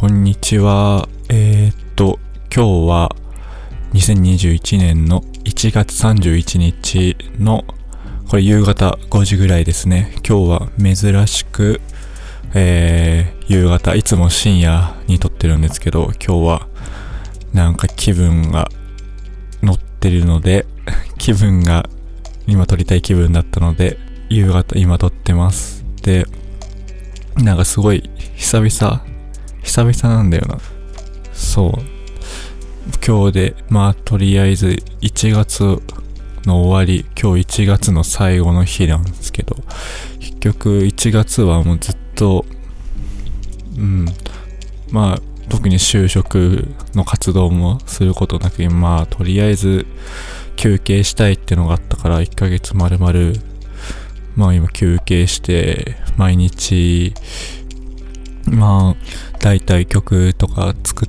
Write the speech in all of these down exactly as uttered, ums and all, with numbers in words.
こんにちは。えー、っと、今日はにせんにじゅういちねんのいちがつさんじゅういちにちの、これ夕方ごじぐらいですね。今日は珍しく、えー、夕方、いつも深夜に撮ってるんですけど、今日はなんか気分が乗ってるので、気分が今撮りたい気分だったので、夕方今撮ってます。で、なんかすごい久々、久々なんだよな。そう。今日で、まあとりあえずいちがつの終わり、今日いちがつの最後の日なんですけど、結局いちがつはもうずっと、うん、まあ特に就職の活動もすることなく、まあとりあえず休憩したいってのがあったからいっかげつまるまる、まあ今休憩して毎日、まあだいたい曲とか作って、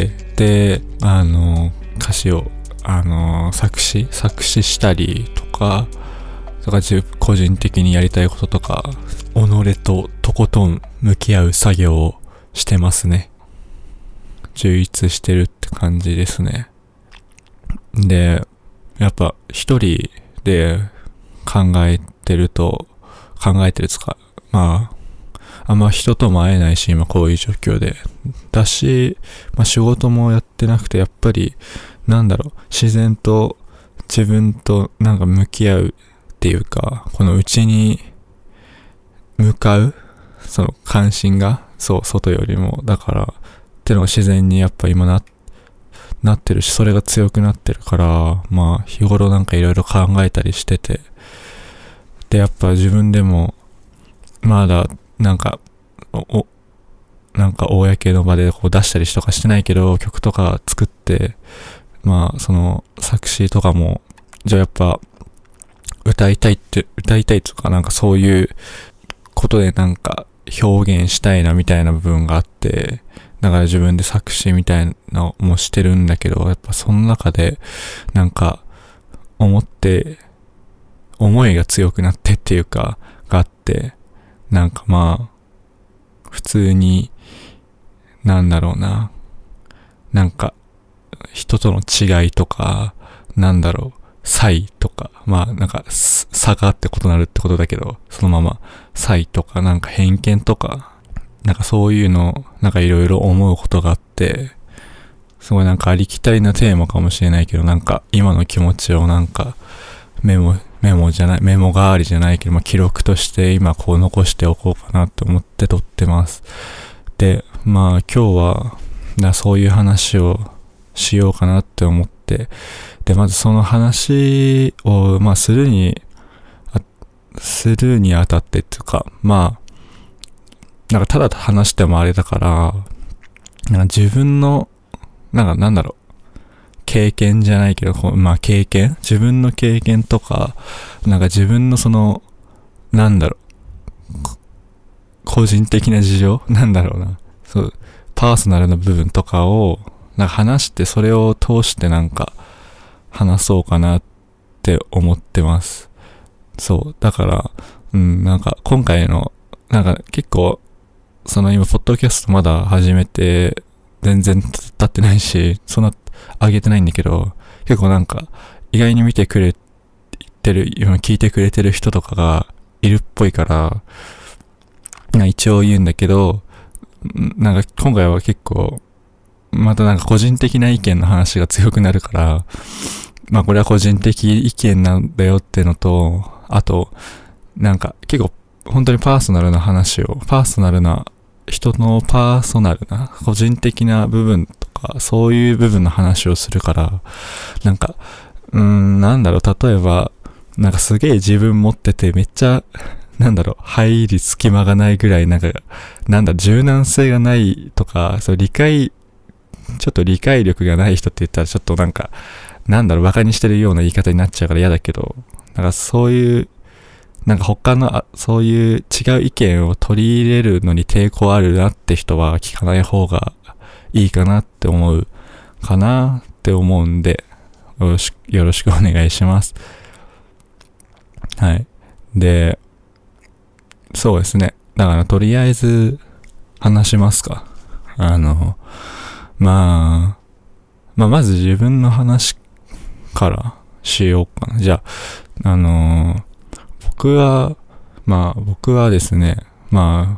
で、あの歌詞をあの作詞作詞したりとか、とか自分個人的にやりたいこととか、己ととことん向き合う作業をしてますね。充実してるって感じですね。で、やっぱ一人で考えてると考えてるつか、まああんま人とも会えないし、今こういう状況でだし、まあ仕事もやってなくて、やっぱりなんだろう、自然と自分となんか向き合うっていうか、この内に向かうその関心が、そう外よりもだからってのが自然にやっぱ今ななってるし、それが強くなってるから、まあ日頃なんかいろいろ考えたりしてて、でやっぱ自分でもまだなんかおなんか公の場でこう出したりとかしてないけど、曲とか作って、まあその作詞とかもじゃあやっぱ歌いたいって歌いたいとか、なんかそういうことでなんか表現したいなみたいな部分があって、だから自分で作詞みたいなのもしてるんだけど、やっぱその中でなんか思って思いが強くなってっていうかがあって、なんかまあ普通になんだろうな、なんか人との違いとか、なんだろう、差異とか、まあなんか差があって異なるってことだけど、そのまま差異とかなんか偏見とか、なんかそういうのなんかいろいろ思うことがあって、すごいなんかありきたりなテーマかもしれないけど、なんか今の気持ちをなんかメモメモじゃないメモ代わりじゃないけど、まあ記録として今こう残しておこうかなと思って撮ってます。で、まあ今日はだそういう話をしようかなって思って、でまずその話をまあするにあするにあたってっていうか、まあなんかただ話してもあれだから、なんか自分のなんかなんだろう、経験じゃないけど、まあ経験自分の経験とか、なんか自分のそのなんだろう、個人的な事情なんだろうな、そうパーソナルな部分とかをなんか話して、それを通してなんか話そうかなって思ってます。そうだから、うんなんか今回のなんか結構その今ポッドキャストまだ始めて全然経ってないし、そんな上げてないんだけど、結構なんか意外に見てくれてる、今聞いてくれてる人とかがいるっぽいから、一応言うんだけど、なんか今回は結構またなんか個人的な意見の話が強くなるから、まあこれは個人的意見なんだよってのと、あとなんか結構本当にパーソナルな話を、パーソナルな人のパーソナルな個人的な部分とか、そういう部分の話をするから、なんかうーんなんだろう、例えばなんかすげえ自分持っててめっちゃなんだろう、入り隙間がないぐらいなんかなんだ柔軟性がないとか、そう理解ちょっと理解力がない人って言ったらちょっとなんかなんだろう、バカにしてるような言い方になっちゃうから嫌だけど、なんかそういうなんか他のそういう違う意見を取り入れるのに抵抗あるなって人は聞かない方がいいかなって思うかなって思うんで、よろしく、よろしくお願いします。はい。で、そうですね。だからとりあえず話しますか。 あの、まあ、まあ、まず自分の話からしようかな。じゃあ、あのー、僕は、まあ、僕はですね、ま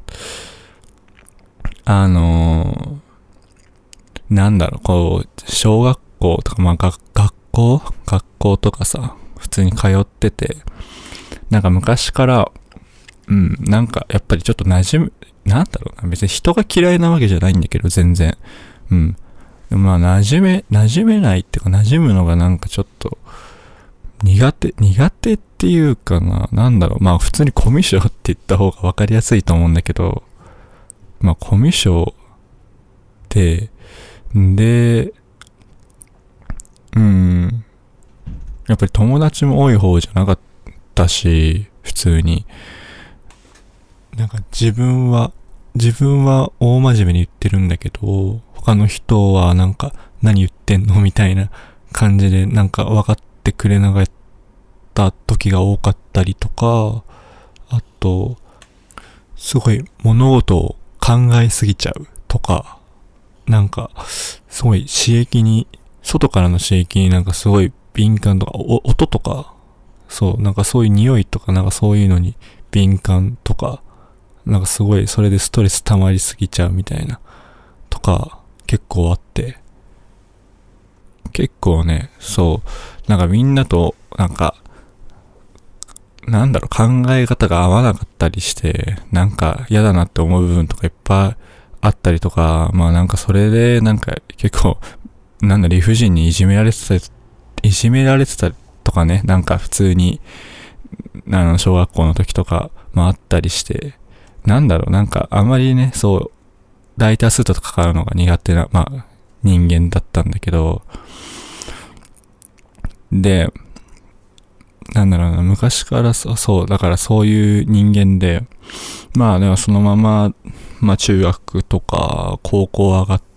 あ、あのー、なんだろう、こう、小学校とか、まあ、学校学校とかさ、普通に通ってて、なんか昔から、うん、なんかやっぱりちょっと馴染む、なんだろうな、別に人が嫌いなわけじゃないんだけど、全然。うん。でもまあ、馴染め、馴染めないっていうか、馴染むのがなんかちょっと、苦手、苦手っていうかな、なんだろう、まあ普通にコミュ障って言った方が分かりやすいと思うんだけど、まあコミュ障で、で、うん、やっぱり友達も多い方じゃなかったし、普通に。なんか自分は、自分は大真面目に言ってるんだけど、他の人はなんか何言ってんのみたいな感じでなんか分かってくれなかった時が多かったりとか、あと、すごい物事を考えすぎちゃうとか、なんかすごい刺激に、外からの刺激になんかすごい敏感とか、お音とか、そう、なんかそういう匂いとかなんかそういうのに敏感とか、なんかすごいそれでストレス溜まりすぎちゃうみたいなとか結構あって、結構ね、そうなんかみんなとなんかなんだろう考え方が合わなかったりして、なんか嫌だなって思う部分とかいっぱいあったりとか、まあなんかそれでなんか結構なんだ理不尽にいじめられてたいじめられてたとかね、なんか普通にあの小学校の時とかもあったりして、なんだろう、なんかあまりね、そう、大多数と関わるのが苦手な、まあ、人間だったんだけど、で、なんだろうな、昔からそう、そう、だからそういう人間で、まあでもそのまま、まあ中学とか高校上がって、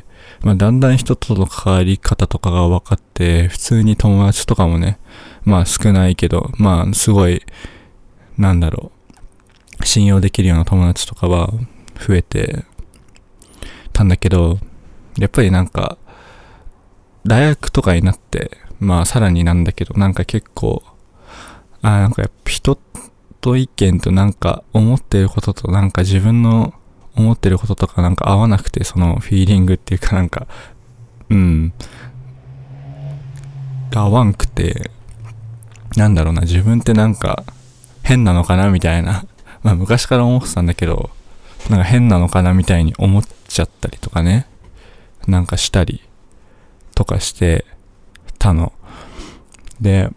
まあだんだん人との関わり方とかが分かって、普通に友達とかもね、まあ少ないけど、まあすごい、なんだろう、信用できるような友達とかは増えてたんだけど、やっぱりなんか大学とかになってまあさらになんだけど、なんか結構あなんかやっぱ人と意見となんか思ってることとなんか自分の思ってることとかなんか合わなくて、そのフィーリングっていうかなんかうん合わんくて、なんだろうな、自分ってなんか変なのかなみたいな、まあ昔から思ってたんだけど、なんか変なのかなみたいに思っちゃったりとかね、なんかしたりとかしてたの。で、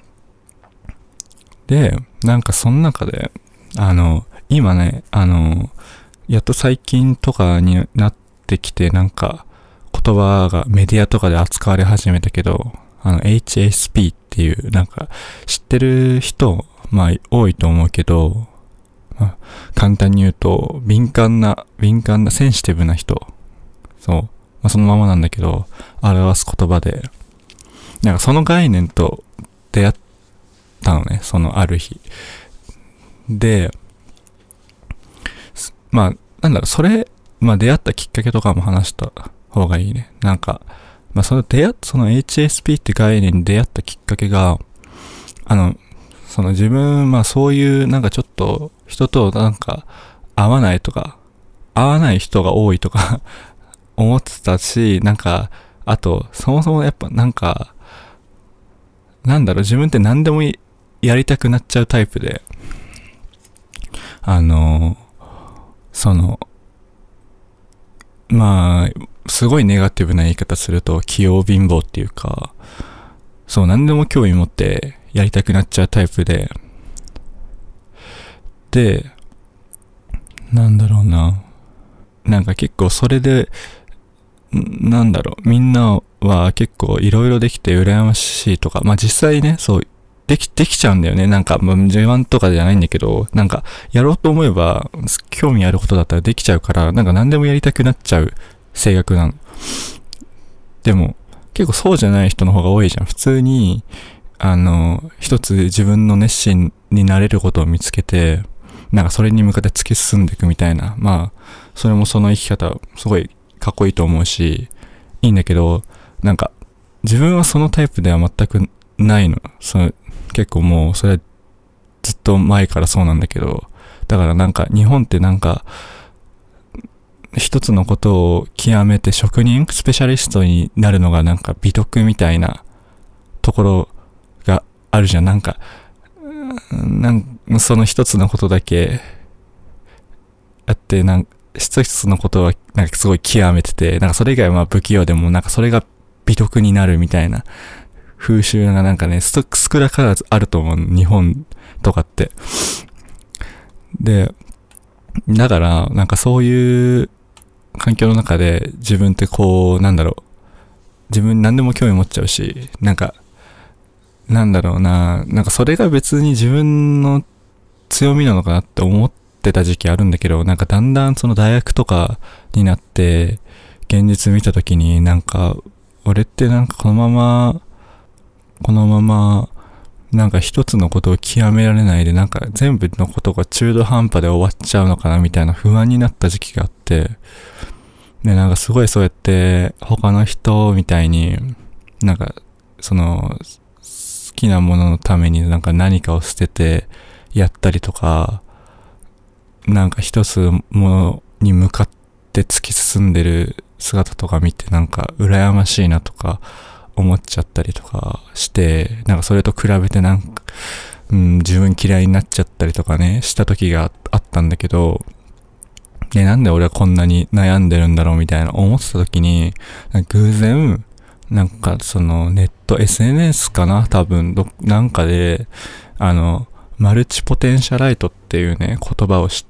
で、なんかその中で、あの、今ね、あの、やっと最近とかになってきて、なんか言葉がメディアとかで扱われ始めたけど、あの エイチエスピー っていう、なんか知ってる人、まあ多いと思うけど、まあ、簡単に言うと敏感な敏感なセンシティブな人、そう、まあ、そのままなんだけど表す言葉で、なんかその概念と出会ったのね、そのある日で、まあなんだろう、それ、まあ出会ったきっかけとかも話した方がいいね。なんかまあその出会っその エイチエスピー って概念に出会ったきっかけが、あのその自分、まあそういうなんかちょっと人となんか合わないとか、合わない人が多いとか思ってたし、なんか、あと、そもそもやっぱなんか、なんだろう、自分って何でもやりたくなっちゃうタイプで、あの、その、まあ、すごいネガティブな言い方すると、器用貧乏っていうか、そう、何でも興味持ってやりたくなっちゃうタイプで、で、なんだろうな。なんか結構それで、なんだろう、みんなは結構いろいろできて羨ましいとか、まあ実際ね、そう、でき、できちゃうんだよね。なんか、まあ、自慢とかじゃないんだけど、なんか、やろうと思えば、興味あることだったらできちゃうから、なんか何でもやりたくなっちゃう性格なの。でも、結構そうじゃない人の方が多いじゃん。普通に、あの、一つ自分の熱心になれることを見つけて、 なんかそれに向かって突き進んでいくみたいな、まあそれもその生き方すごいかっこいいと思うしいいんだけど、なんか自分はそのタイプでは全くないの。その結構もうそれはずっと前からそうなんだけど、だからなんか日本ってなんか一つのことを極めて職人スペシャリストになるのがなんか美徳みたいなところがあるじゃん。なんかなんその一つのことだけあって、なんか一つのことはなんかすごい極めてて、なんかそれ以外はまあ不器用でもなんかそれが美徳になるみたいな風習がなんかね、ストック少なからずあると思う。日本とかって。で、だからなんかそういう環境の中で自分ってこう、なんだろう。自分何でも興味持っちゃうし、なんか、なんだろうな、なんかそれが別に自分の強みなのかなって思ってた時期あるんだけど、なんかだんだんその大学とかになって、現実見たときになんか、俺ってなんかこのまま、このまま、なんか一つのことを極められないで、なんか全部のことが中途半端で終わっちゃうのかなみたいな不安になった時期があって、で、なんかすごいそうやって他の人みたいに、なんかその好きなもののためになんか何かを捨ててやったりとか、なんか一つものに向かって突き進んでる姿とか見てなんか羨ましいなとか思っちゃったりとかして、なんかそれと比べてなんか、うん、自分嫌いになっちゃったりとかね、した時があったんだけど、で、なんで俺はこんなに悩んでるんだろうみたいな思ってた時に、偶然、なんかそのネット エスエヌエス かな多分どなんかであのマルチポテンシャライトっていうね言葉を知って、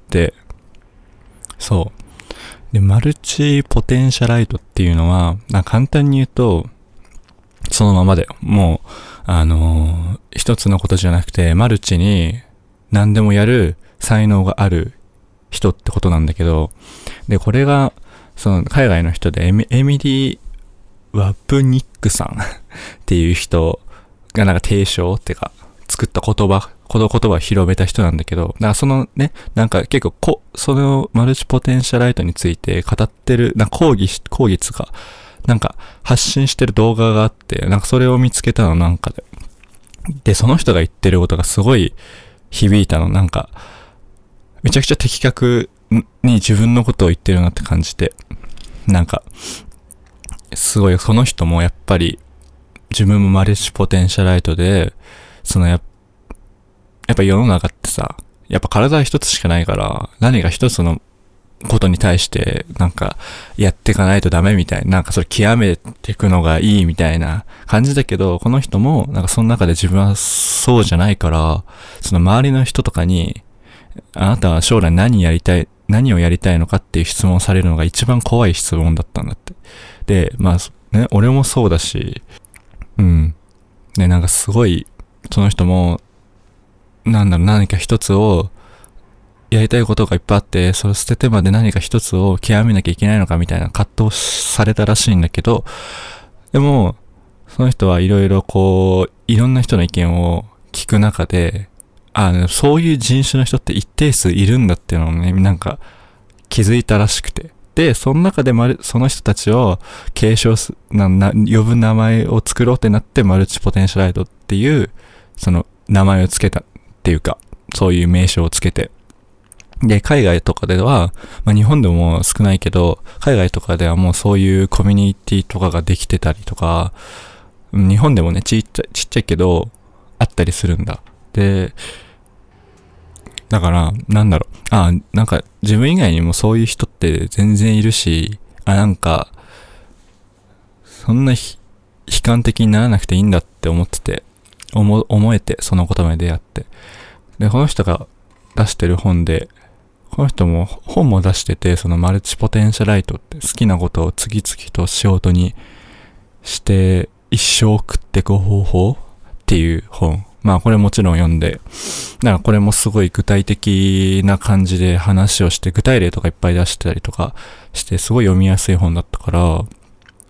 そうでマルチポテンシャライトっていうのはなんか簡単に言うとそのままでもうあのー、一つのことじゃなくてマルチに何でもやる才能がある人ってことなんだけど、でこれがその海外の人でエミ、エミリーワプニックさんっていう人がなんか提唱ってか作った言葉、この言葉を広めた人なんだけど、だからそのね、なんか結構こ、そのマルチポテンシャライトについて語ってる、なんか講義、講義つか、なんか発信してる動画があって、なんかそれを見つけたのなんかで。で、その人が言ってることがすごい響いたの、なんか、めちゃくちゃ的確に自分のことを言ってるなって感じて、なんか、すごいその人もやっぱり自分もマルチポテンシャライトで、そのやっやっぱ世の中ってさ、やっぱ体は一つしかないから何か一つのことに対してなんかやっていかないとダメみたいな、なんかそれ極めていくのがいいみたいな感じだけど、この人もなんかその中で自分はそうじゃないから、その周りの人とかにあなたは将来何やりたい何をやりたいのかっていう質問をされるのが一番怖い質問だったんだって。で、まあね、俺もそうだし、うん。ね、なんかすごい、その人も、なんだろう、何か一つを、やりたいことがいっぱいあって、それを捨ててまで何か一つを極めなきゃいけないのかみたいな葛藤されたらしいんだけど、でも、その人はいろいろこう、いろんな人の意見を聞く中で、あ、そういう人種の人って一定数いるんだっていうのをね、なんか気づいたらしくて。で、その中でマル、その人たちを継承す、な、な、呼ぶ名前を作ろうってなってマルチポテンシャライトっていう、その名前をつけたっていうか、そういう名称をつけて。で、海外とかでは、まあ日本でも少ないけど、海外とかではもうそういうコミュニティとかができてたりとか、日本でもね、ちっちゃい、ちっちゃいけど、あったりするんだ。で、だから、なんだろう。あ、なんか自分以外にもそういう人って全然いるし、あ、なんか、そんな悲観的にならなくていいんだって思ってて、思、思えて、その言葉に出会って。で、この人が出してる本で、この人も本も出してて、そのマルチポテンシャライトって好きなことを次々と仕事にして一生食っていく方法っていう本。まあこれもちろん読んで、だからこれもすごい具体的な感じで話をして、具体例とかいっぱい出してたりとかして、すごい読みやすい本だったから、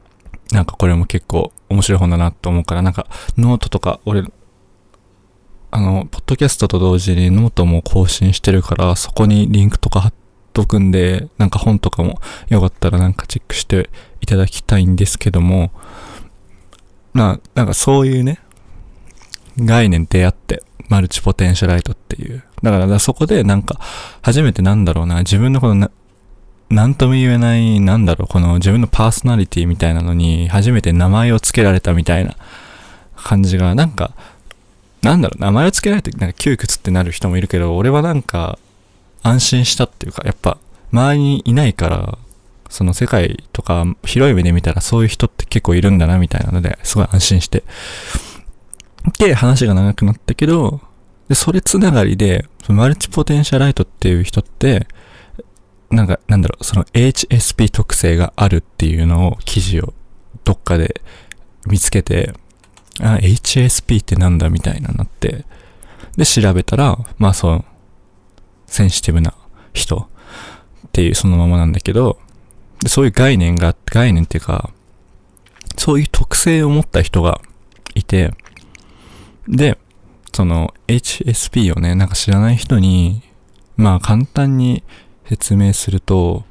なんかこれも結構面白い本だなと思うから、なんかノートとか俺あの、ポッドキャストと同時にノートも更新してるから、そこにリンクとか貼っとくんで、なんか本とかもよかったらなんかチェックしていただきたいんですけども、まあ、なんかそういうね、概念出会って、マルチポテンシャライトっていう。だから、だからそこでなんか、初めてなんだろうな、自分のこのな、なんとも言えない、なんだろう、この自分のパーソナリティみたいなのに、初めて名前を付けられたみたいな感じが、なんか、なんだろう、名前を付けられて、なんか窮屈ってなる人もいるけど、俺はなんか、安心したっていうか、やっぱ、周りにいないから、その世界とか、広い目で見たらそういう人って結構いるんだな、みたいなので、すごい安心して。で、話が長くなったけど、で、それつながりで、マルチポテンシャライトっていう人って、なんか、なんだろう、その エイチエスピー 特性があるっていうのを、記事をどっかで見つけて、あ、エイチエスピー ってなんだみたいななって、で、調べたら、まあそう、センシティブな人っていうそのままなんだけど、でそういう概念が、概念っていうか、そういう特性を持った人がいて、で、その エイチエスピー をね、なんか知らない人に、まあ簡単に説明すると、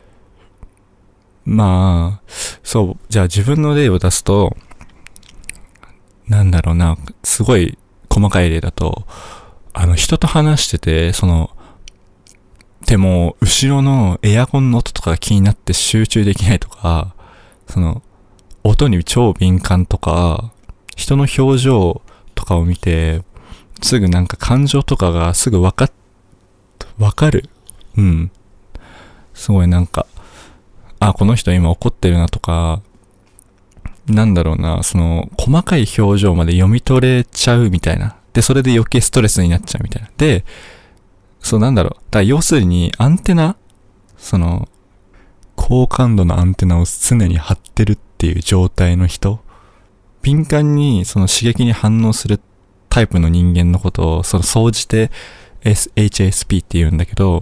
まあ、そう、じゃあ自分の例を出すと、なんだろうな、すごい細かい例だと、あの人と話してて、その、でも、後ろのエアコンの音とかが気になって集中できないとか、その、音に超敏感とか、人の表情とかを見て、すぐなんか感情とかがすぐわかっ、わかる。うん。すごいなんか、あ、この人今怒ってるなとか、なんだろうな、その、細かい表情まで読み取れちゃうみたいな。で、それで余計ストレスになっちゃうみたいな。で、そうなんだろう。だから要するに、アンテナその、高感度のアンテナを常に張ってるっていう状態の人。敏感にその刺激に反応するタイプの人間のことを、その、総じて エイチエスピー って言うんだけど、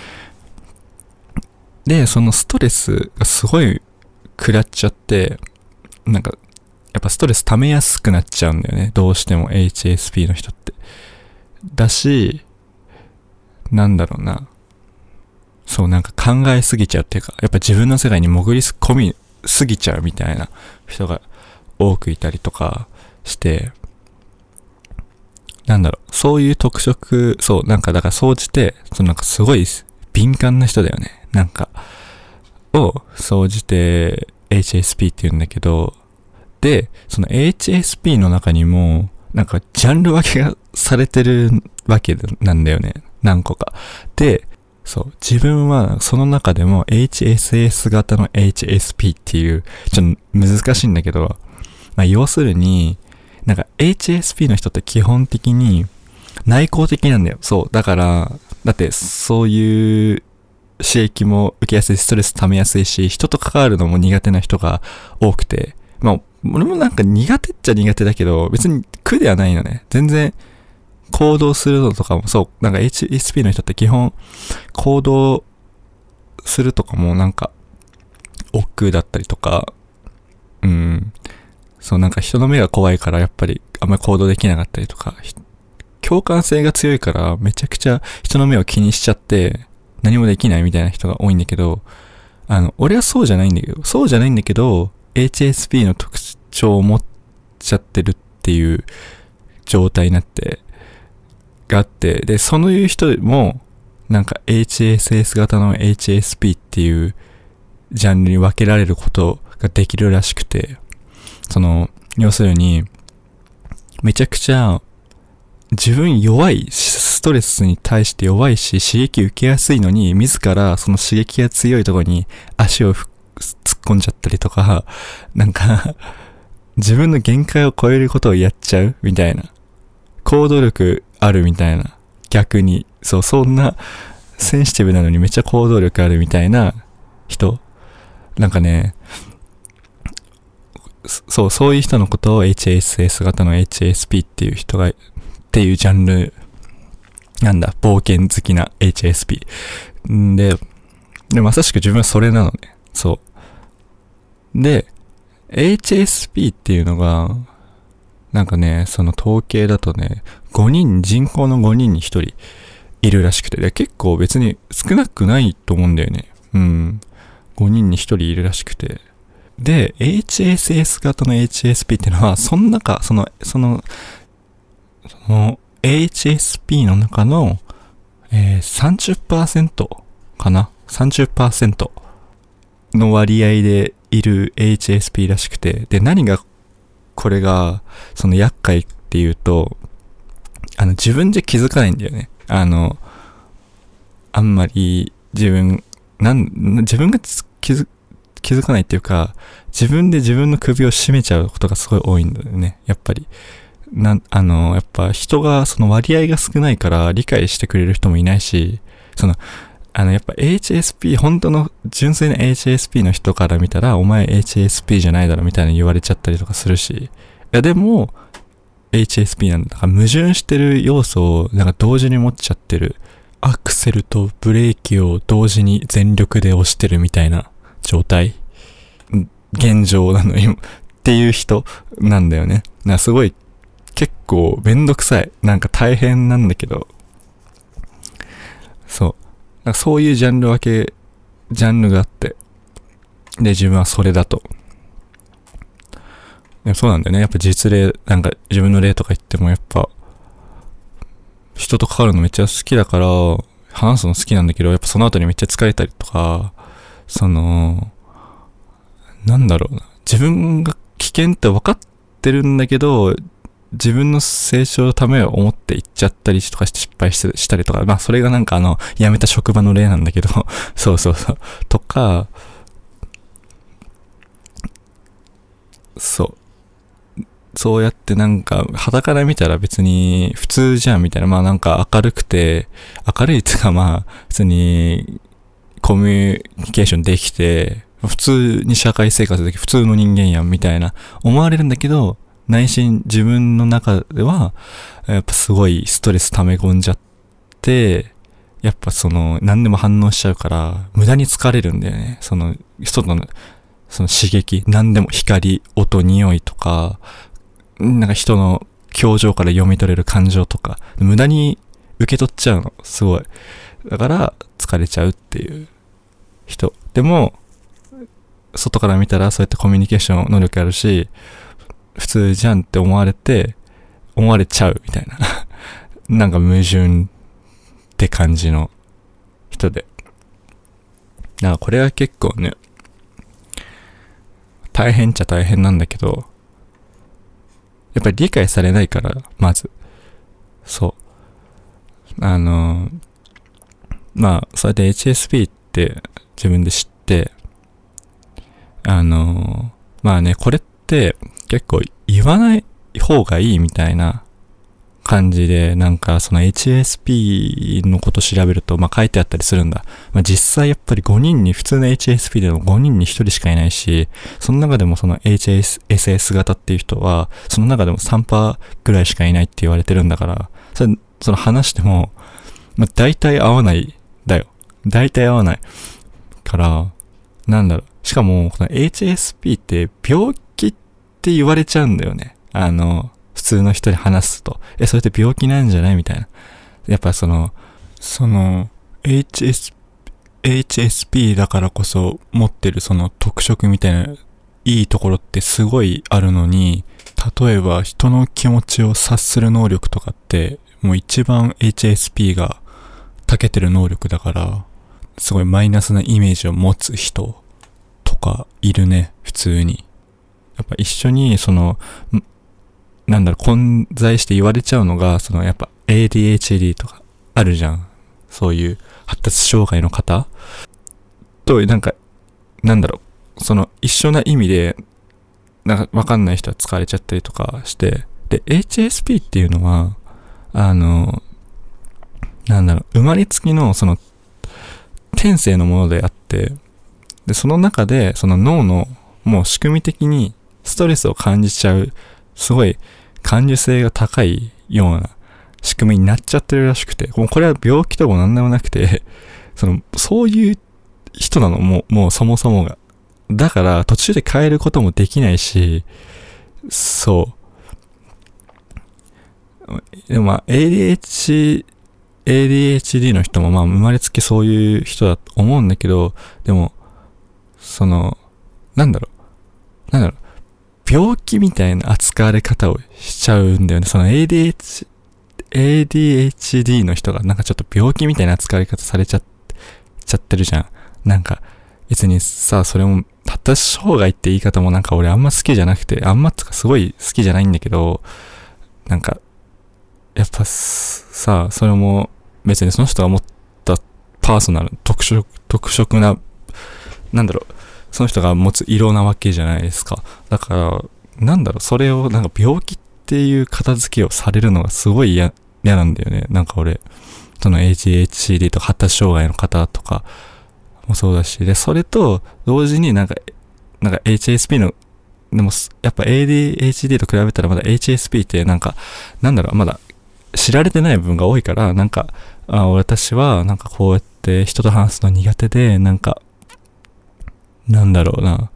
で、そのストレスがすごい食らっちゃって、なんか、やっぱストレス溜めやすくなっちゃうんだよね。どうしても エイチエスピー の人って。だし、なんだろうな。そう、なんか考えすぎちゃうっていうか、やっぱ自分の世界に潜り込みすぎちゃうみたいな人が多くいたりとかして、なんだろう、そういう特色、そう、なんかだから総じて、そのなんかすごい敏感な人だよね。なんか、を総じて エイチエスピー って言うんだけど、で、その エイチエスピー の中にも、なんかジャンル分けがされてるわけなんだよね。何個か。で、そう、自分はその中でも エイチエスエス 型の エイチエスピー っていう、ちょっと難しいんだけど、まあ要するに、なんか エイチエスピー の人って基本的に内向的なんだよ。そう。だから、だってそういう刺激も受けやすい、ストレス溜めやすいし、人と関わるのも苦手な人が多くて、まあ、俺もなんか苦手っちゃ苦手だけど、別に苦ではないのね。全然、行動するのとかも、そう、なんか エイチエスピー の人って基本、行動するとかもなんか、億劫だったりとか、うん、そうなんか人の目が怖いからやっぱりあんまり行動できなかったりとか、共感性が強いからめちゃくちゃ人の目を気にしちゃって、何もできないみたいな人が多いんだけど、あの、俺はそうじゃないんだけど、そうじゃないんだけど、エイチエスピー の特徴を持っちゃってるっていう状態になって、があって、で、そのいう人も、なんか エイチエスエス 型の エイチエスピー っていうジャンルに分けられることができるらしくて、その、要するに、めちゃくちゃ自分弱い、ストレスに対して弱いし、刺激受けやすいのに、自らその刺激が強いところに足を突っ込んじゃったりとか、なんか、自分の限界を超えることをやっちゃうみたいな。行動力あるみたいな。逆に。そう、そんなセンシティブなのにめっちゃ行動力あるみたいな人。なんかね、そう、そういう人のことを エイチエスエス 型の エイチエスピー っていう人が、っていうジャンル、なんだ、冒険好きな エイチエスピー。んで、で、まさしく自分はそれなのね。そう。で、エイチエスピー っていうのが、なんかね、その統計だとね、 ごにん、人口のごにんにひとりいるらしくて、で結構別に少なくないと思うんだよね。うん。ごにんにひとりいるらしくて。で、エイチエスエス 型の エイチエスピー ってのは、その中、その、その、その エイチエスピー の中の、えー、さんじゅっパーセント かな ?さんじゅっパーセント の割合でいる エイチエスピー らしくて、で、何が、これが、その厄介っていうと、あの、自分じゃ気づかないんだよね。あの、あんまり自分、なん、自分が気づ、気づかないっていうか、自分で自分の首を絞めちゃうことがすごい多いんだよね。やっぱり。なん、あの、やっぱ人がその割合が少ないから理解してくれる人もいないし、その、あの、やっぱ エイチエスピー、本当の純粋な エイチエスピー の人から見たら、お前 エイチエスピー じゃないだろみたいな言われちゃったりとかするし、いやでも、エイチエスピー なんだ。だから矛盾してる要素をなんか同時に持っちゃってる。アクセルとブレーキを同時に全力で押してるみたいな状態。現状なのよ。っていう人なんだよね。なんかすごい結構めんどくさい。なんか大変なんだけど。そう。なんかそういうジャンル分け、ジャンルがあって。で、自分はそれだと。でもそうなんだよね。やっぱ実例、なんか自分の例とか言ってもやっぱ、人と関わるのめっちゃ好きだから、話すの好きなんだけど、やっぱその後にめっちゃ疲れたりとか、その、なんだろうな。自分が危険って分かってるんだけど、自分の成長のためを思って言っちゃったりとかして失敗してしたりとか、まあそれがなんかあの、辞めた職場の例なんだけど、そうそうそう。とか、そう。そうやってなんか、肌から見たら別に普通じゃんみたいな、まあなんか明るくて、明るいっていうかまあ、普通にコミュニケーションできて、普通に社会生活でき、普通の人間やんみたいな思われるんだけど、内心自分の中では、やっぱすごいストレス溜め込んじゃって、やっぱその、何でも反応しちゃうから、無駄に疲れるんだよね。その、外の、その刺激、何でも光、音、匂いとか、なんか人の表情から読み取れる感情とか、無駄に受け取っちゃうの。すごい。だから、疲れちゃうっていう人。でも、外から見たらそうやってコミュニケーション能力あるし、普通じゃんって思われて、思われちゃうみたいな。なんか矛盾って感じの人で。だからこれは結構ね、大変っちゃ大変なんだけど、やっぱり理解されないから、まず。そう。あの、まあ、それで エイチエスピー って自分で知って、あの、まあね、これって結構言わない方がいいみたいな感じで、なんかその エイチエスピー のこと調べると、まあ書いてあったりするんだ。まあ実際やっぱりごにんに、普通の エイチエスピー でもごにんにひとりしかいないし、その中でもその エイチエスエス 型っていう人は、その中でも さんパーセント ぐらいしかいないって言われてるんだから、それ、その話しても、まあ大体合わないだよ。大体合わないから、なんだろう。しかも、この エイチエスピー って病気って言われちゃうんだよね。あの、普通の人に話すと。え、それって病気なんじゃないみたいな。やっぱその、その、エイチエス、エイチエスピー だからこそ持ってるその特色みたいな、いいところってすごいあるのに、例えば人の気持ちを察する能力とかって、もう一番 エイチエスピー が長けてる能力だから、すごいマイナスなイメージを持つ人とかいるね、普通に。やっぱ一緒に、その、なんだろう、混在して言われちゃうのが、そのやっぱ エーディーエイチディー とかあるじゃん。そういう発達障害の方と、なんか、なんだろう、その一緒な意味で、なんかわかんない人は使われちゃったりとかして、で、エイチエスピー っていうのは、あの、なんだろう、生まれつきのその天性のものであって、で、その中で、その脳のもう仕組み的にストレスを感じちゃう、すごい感受性が高いような仕組みになっちゃってるらしくて、もうこれは病気ともなんでもなくて、その、そういう人なの、もう、もうそもそもが。だから途中で変えることもできないし、そでもまあ エーディーエイチ、エーディーエイチディー の人もまあ生まれつきそういう人だと思うんだけど、でも、その、なんだろう、なんだろう、病気みたいな扱われ方をしちゃうんだよね。その エーディーエイチ、エーディーエイチディー の人がなんかちょっと病気みたいな扱われ方されちゃ、ちゃってるじゃん。なんか、別にさ、それも、発達障害って言い方もなんか俺あんま好きじゃなくて、あんまつかすごい好きじゃないんだけど、なんか、やっぱさ、それも別にその人が持ったパーソナル、特殊、特色な、なんだろう、その人が持つ色なわけじゃないですか。だから、なんだろう、それをなんか病気っていう片付けをされるのがすごい嫌、嫌なんだよね。なんか俺、その エイチエイチディー とか発達障害の方とかもそうだし、で、それと同時になんか、なんか エイチエスピー の、でもやっぱ エーディーエイチディー と比べたらまだ エイチエスピー ってなんか、なんだろう、まだ知られてない部分が多いから、なんか、あ、私はなんかこうやって人と話すの苦手で、なんか、なんだろうな、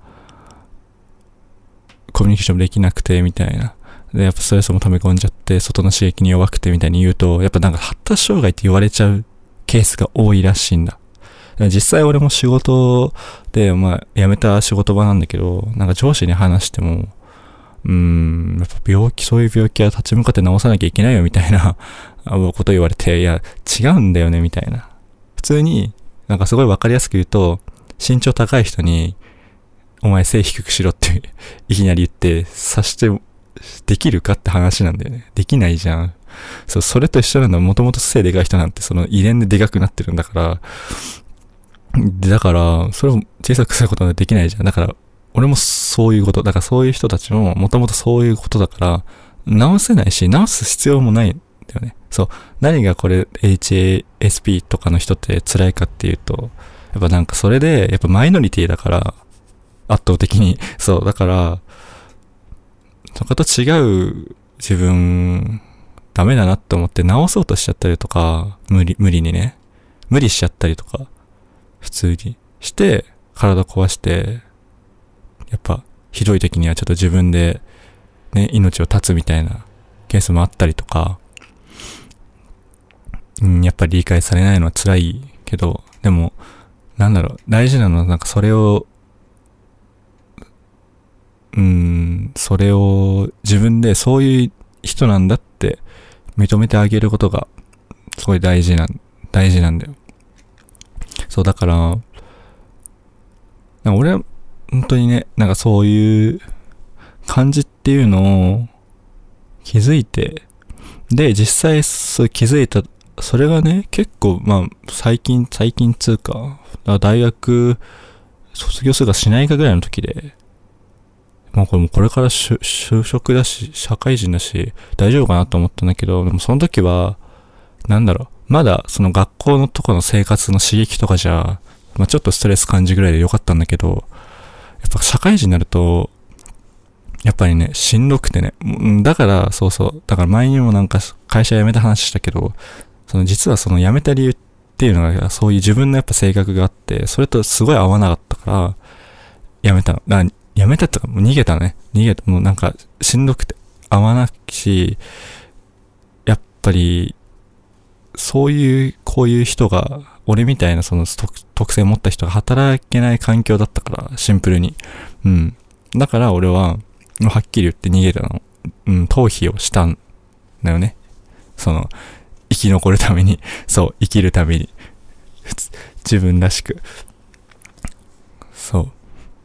コミュニケーションできなくてみたいな。で、やっぱストレスも溜め込んじゃって、外の刺激に弱くてみたいに言うと、やっぱなんか発達障害って言われちゃうケースが多いらしいんだ。実際俺も仕事で、まあ、辞めた仕事場なんだけど、なんか上司に話しても、うーん、やっぱ病気、そういう病気は立ち向かって治さなきゃいけないよみたいなこと言われて、いや、違うんだよねみたいな。普通に、なんかすごいわかりやすく言うと、身長高い人に、お前背低くしろっていきなり言って、さして、できるかって話なんだよね。できないじゃん。そう、それと一緒なんだ。もともと背でかい人なんて、その遺伝ででかくなってるんだから、で、だから、それを小さくすることはできないじゃん。だから、俺もそういうこと。だからそういう人たちも、もともとそういうことだから、直せないし、直す必要もないんだよね。そう。何がこれ、エイチエーエスピー とかの人って辛いかっていうと、やっぱなんかそれで、やっぱマイノリティだから、圧倒的に。そう。だから、そこと違う自分、ダメだなって思って直そうとしちゃったりとか、無理、無理にね。無理しちゃったりとか、普通にして、体壊して、やっぱ、ひどい時にはちょっと自分で、ね、命を絶つみたいなケースもあったりとか、うん、やっぱり理解されないのは辛いけど、でも、なんだろう、大事なのはなんかそれを、うーん、それを自分でそういう人なんだって認めてあげることがすごい大事な、大事なんだよ。そう、だから、なんか俺は本当にね、なんかそういう感じっていうのを気づいて、で、実際そう気づいた、それがね、結構、まあ、最近、最近つうか、大学卒業するかしないかぐらいの時で、まあこれもこれから就職だし、社会人だし、大丈夫かなと思ったんだけど、でもその時は、なんだろう、まだその学校のとこの生活の刺激とかじゃ、まあちょっとストレス感じぐらいでよかったんだけど、やっぱ社会人になると、やっぱりね、しんどくてね、だから、そうそう、だから前にもなんか会社辞めた話したけど、その実はその辞めた理由っていうのが、そういう自分のやっぱ性格があって、それとすごい合わなかったから、辞めたの。だから辞めたってか、もう逃げたね。逃げた。もうなんか、しんどくて、合わなくし、やっぱり、そういう、こういう人が、俺みたいなその特性を持った人が働けない環境だったから、シンプルに。うん。だから俺は、はっきり言って逃げたの。うん、逃避をしたんだよね。その、生き残るために、そう、生きるために。自分らしく。そう。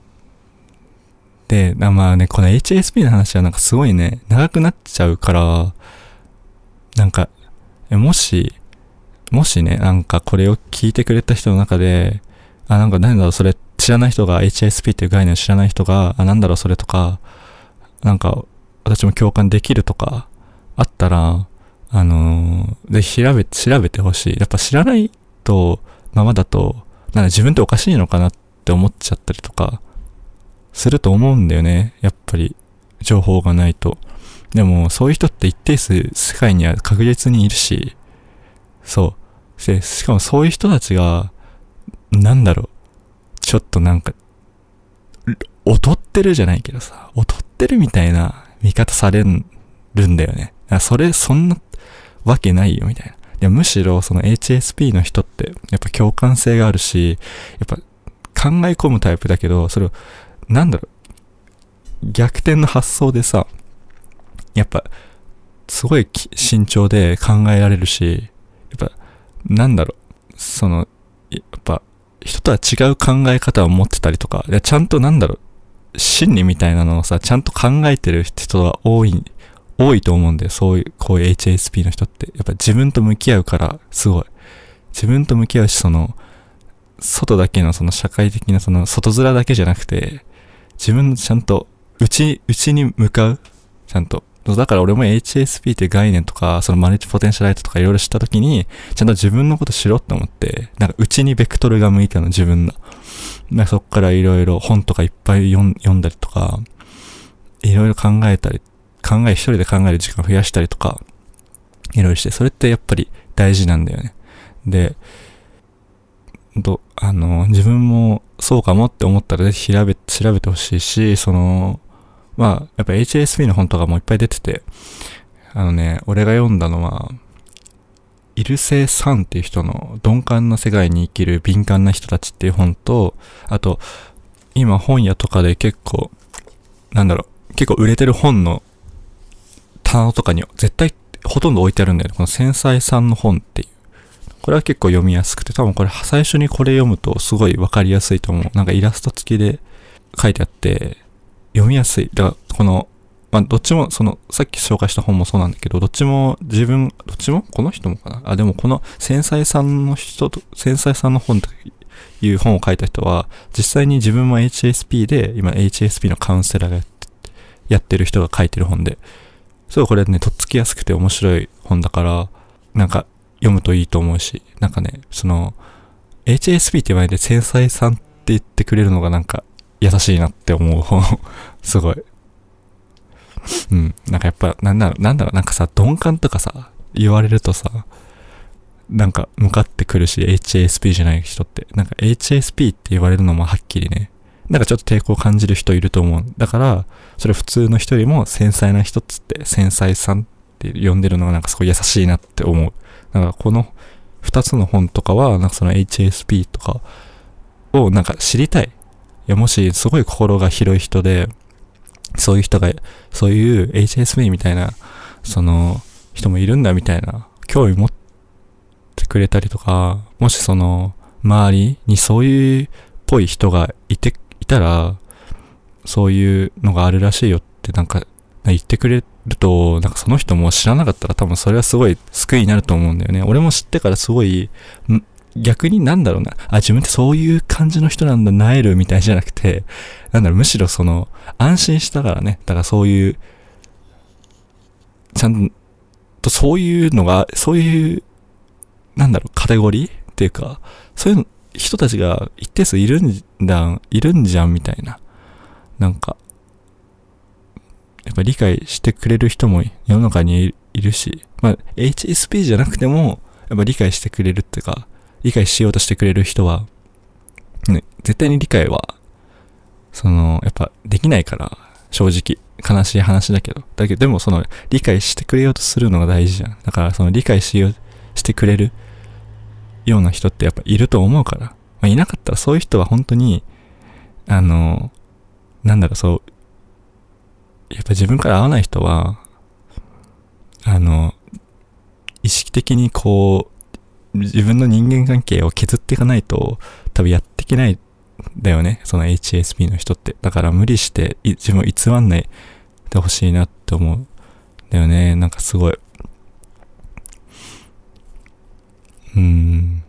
で、まあね、この エイチエスピー の話はなんかすごいね、長くなっちゃうから、なんか、もし、もしね、なんかこれを聞いてくれた人の中で、あ、なんか何だろう、それ知らない人が エイチエスピー っていう概念を知らない人が、あ、なんだろう、それとか、なんか、私も共感できるとか、あったら、あのー、ぜひ調べ、調べてほしい。やっぱ知らないと、ままだと、なんか自分っておかしいのかなって思っちゃったりとか、すると思うんだよね。やっぱり、情報がないと。でも、そういう人って一定数世界には確実にいるし、そう。で、しかもそういう人たちが、なんだろう、ちょっとなんか、劣ってるじゃないけどさ、劣ってるみたいな見方されるんだよね。 それ、そんなわけないよ、みたいな。いや、むしろその エイチエスピー の人って、やっぱ共感性があるし、やっぱ考え込むタイプだけど、それを、なんだろう、逆転の発想でさ、やっぱ、すごい慎重で考えられるし、やっぱ、なんだろう、その、やっぱ、人とは違う考え方を持ってたりとか、いやちゃんとなんだろう、心理みたいなのをさ、ちゃんと考えてる人は多い、多いと思うんだよ。そういう、こういう エイチエスピー の人って。やっぱ自分と向き合うから、すごい。自分と向き合うし、その、外だけのその社会的なその外面だけじゃなくて、自分のちゃんと内、内に向かうちゃんと。だから俺も エイチエスピー って概念とか、そのマルチポテンシャライトとかいろいろ知ったときに、ちゃんと自分のこと知ろうって思って、なんか内にベクトルが向いたの、自分の。なんかそっからいろいろ本とかいっぱい読ん読んだりとか、いろいろ考えたり、考え、一人で考える時間を増やしたりとか、いろいろして、それってやっぱり大事なんだよね。で、ど、あの、自分もそうかもって思ったらぜひ調べ、調べてほしいし、その、まあ、やっぱ エイチエスピー の本とかもいっぱい出てて、あのね、俺が読んだのは、イルセイさんっていう人の鈍感な世界に生きる敏感な人たちっていう本と、あと、今本屋とかで結構、なんだろう、結構売れてる本の棚とかに絶対ほとんど置いてあるんだよね。この繊細さんの本っていう。これは結構読みやすくて、多分これ最初にこれ読むとすごいわかりやすいと思う。なんかイラスト付きで書いてあって、読みやすい。だからこの、まあどっちもそのさっき紹介した本もそうなんだけど、どっちも自分、どっちもこの人もかなあ、でもこの繊細さんの人と、繊細さんの本という本を書いた人は、実際に自分も エイチエスピー で、今 エイチエスピー のカウンセラーがやって、やってる人が書いてる本で、すごいこれね、とっつきやすくて面白い本だから、なんか読むといいと思うし、なんかね、その、エイチエスピー って言わないで繊細さんって言ってくれるのがなんか優しいなって思う本。すごい。うん。なんかやっぱ、なんだろう、なんだろう、なんかさ、鈍感とかさ、言われるとさ、なんか向かってくるし、エイチエスピー じゃない人って。なんか エイチエスピー って言われるのもはっきりね、なんかちょっと抵抗を感じる人いると思う。だから、それ普通の人よりも繊細な人っつって、繊細さんって呼んでるのがなんかすごい優しいなって思う。だからこの二つの本とかは、なんかその エイチエスピー とかをなんか知りたい。いや、もしすごい心が広い人で、そういう人が、そういう エイチエスピー みたいな、その人もいるんだみたいな、興味持ってくれたりとか、もしその、周りにそういうっぽい人がいて、いたら、そういうのがあるらしいよってなんか言ってくれると、なんかその人も知らなかったら多分それはすごい救いになると思うんだよね。俺も知ってからすごい、逆になんだろうな、あ、自分ってそういう感じの人なんだ、なえるみたいじゃなくて、なんだろう、むしろその、安心したからね。だからそういう、ちゃんとそういうのが、そういう、なんだろう、カテゴリーっていうか、そういう人たちが一定数いるんだ、いるんじゃんみたいな。なんか、やっぱ理解してくれる人も世の中にいるし、まあ、エイチエスピー じゃなくても、やっぱ理解してくれるっていうか、理解しようとしてくれる人は、ね、絶対に理解は、その、やっぱできないから、正直。悲しい話だけど。だけど、でもその、理解してくれようとするのが大事じゃん。だから、その理解しよう、してくれるような人ってやっぱいると思うから。まあ、いなかったらそういう人は本当に、あの、なんだろう、そう、やっぱ自分から合わない人は、あの、意識的にこう、自分の人間関係を削っていかないと、多分やっていけないんだよね。その エイチエスピー の人って。だから無理して自分を偽らないでほしいなって思う。だよね。なんかすごい。うーん。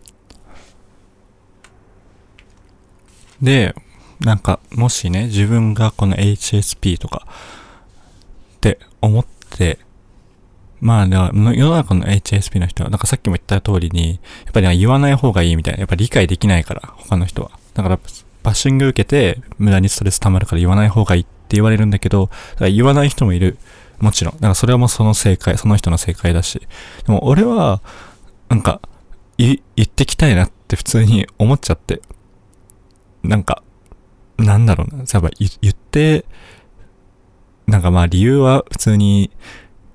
で、なんか、もしね、自分がこの エイチエスピー とかって思って、まあ、世の中の エイチエスピー の人は、なんかさっきも言った通りに、やっぱり言わない方がいいみたいな、やっぱり理解できないから、他の人は。だから、バッシング受けて、無駄にストレス溜まるから言わない方がいいって言われるんだけど、だから言わない人もいる。もちろん。だからそれはもうその正解、その人の正解だし。でも俺は、なんか、言ってきたいなって普通に思っちゃって。なんか、なんだろうな。やっぱ言って、なんかまあ理由は普通に、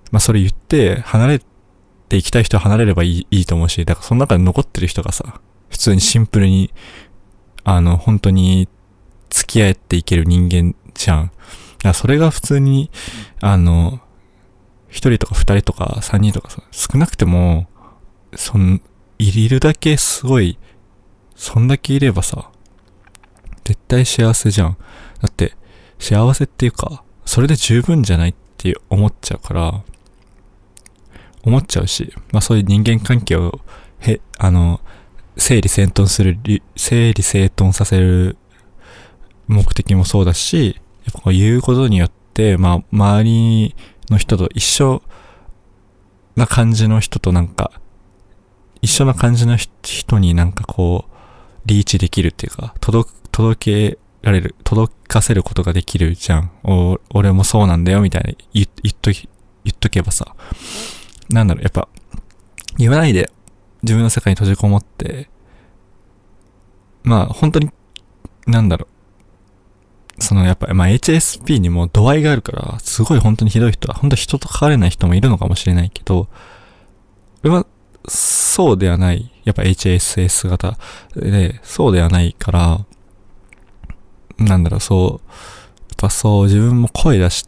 まあそれ言って離れていきたい人は離れればいい、いいと思うし、だからその中で残ってる人がさ、普通にシンプルに、あの、本当に付き合っていける人間じゃん。だからそれが普通に、あの、一人とか二人とか三人とかさ、少なくても、そん、いるだけすごい、そんだけいればさ、絶対幸せじゃん。だって、幸せっていうか、それで十分じゃないって思っちゃうから、思っちゃうし、まあそういう人間関係を、へ、あの、整理整頓する、整理整頓させる目的もそうだし、やっぱこう言うことによって、まあ周りの人と一緒な感じの人となんか、一緒な感じの人になんかこう、リーチできるっていうか、届、届けられる、届かせることができるじゃん。お、俺もそうなんだよみたいな言、言っとき、言っとけばさ、なんだろう、やっぱ、言わないで自分の世界に閉じこもって、まあ本当に、なんだろう、そのやっぱ、まあ エイチエスピー にも度合いがあるから、すごい本当にひどい人は、本当人と関われない人もいるのかもしれないけど、俺はそうではない。やっぱ エイチエスエス 型で、そうではないから、なんだろう、そう、やっぱそう自分も声出して、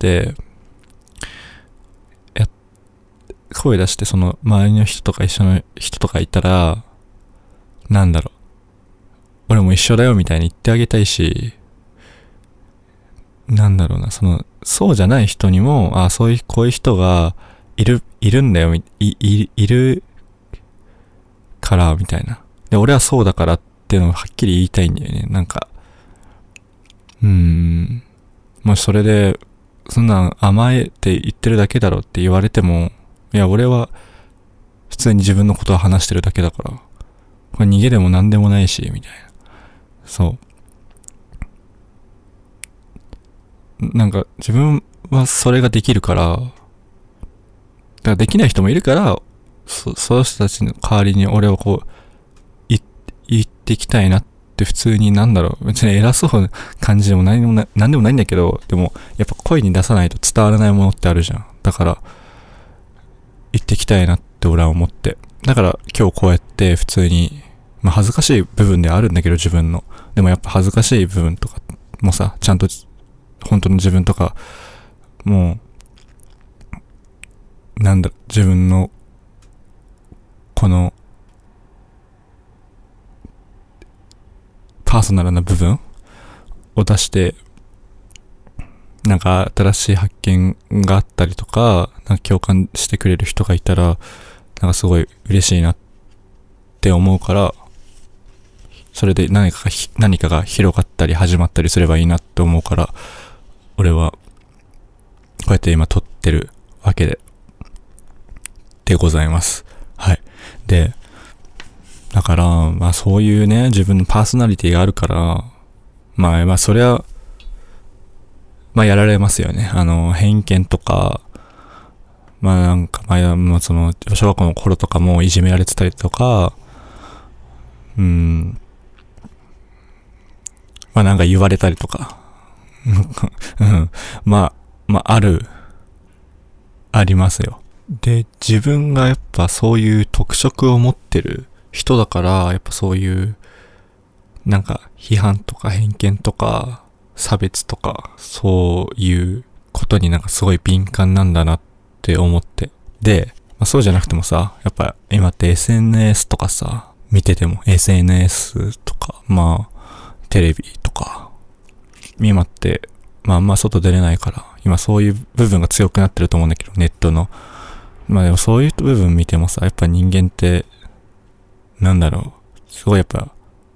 や、声出してその周りの人とか一緒の人とかいたら、なんだろう、俺も一緒だよみたいに言ってあげたいし、なんだろうな、その、そうじゃない人にも、あ、そういう、こういう人がいる、いるんだよ、い、い、いるから、みたいな。で、俺はそうだからっていうのをはっきり言いたいんだよね。なんか、うーん、もしそれで、そんなん甘えて言ってるだけだろって言われても、いや、俺は、普通に自分のことを話してるだけだから、これ逃げでも何でもないし、みたいな。そう。なんか、自分はそれができるから、だからできない人もいるから、そ、その人たちの代わりに俺はこう、い、言っていきたいなって普通になんだろう、別に偉そうな感じでも何でもな、何でもないんだけど、でも、やっぱ声に出さないと伝わらないものってあるじゃん。だから、言っていきたいなって俺は思って。だから今日こうやって普通に、まあ恥ずかしい部分ではあるんだけど自分の。でもやっぱ恥ずかしい部分とかもさ、ちゃんと本当の自分とか、もう、なんだ、自分の、この、パーソナルな部分を出して、なんか新しい発見があったりとか、なんか共感してくれる人がいたら、なんかすごい嬉しいなって思うから、それで何かが、何かが広がったり始まったりすればいいなって思うから、俺は、こうやって今撮ってるわけで、でございます。はい。で、だから、まあそういうね、自分のパーソナリティがあるから、まあまあそれは、まあやられますよね。あの、偏見とか、まあなんか、まあ、まあ、その、小学校の頃とかもいじめられてたりとか、うん、まあなんか言われたりとか、うん、まあ、まあある、ありますよ。で、自分がやっぱそういう特色を持ってる人だから、やっぱそういう、なんか批判とか偏見とか、差別とか、そういうことになんかすごい敏感なんだなって思って。で、まあ、そうじゃなくてもさ、やっぱ今って エスエヌエス とかさ、見てても エスエヌエス とか、まあ、テレビとか、今って、まああんま外出れないから、今そういう部分が強くなってると思うんだけど、ネットの。まあでもそういう部分見てもさ、やっぱ人間って、なんだろう、すごいやっぱ、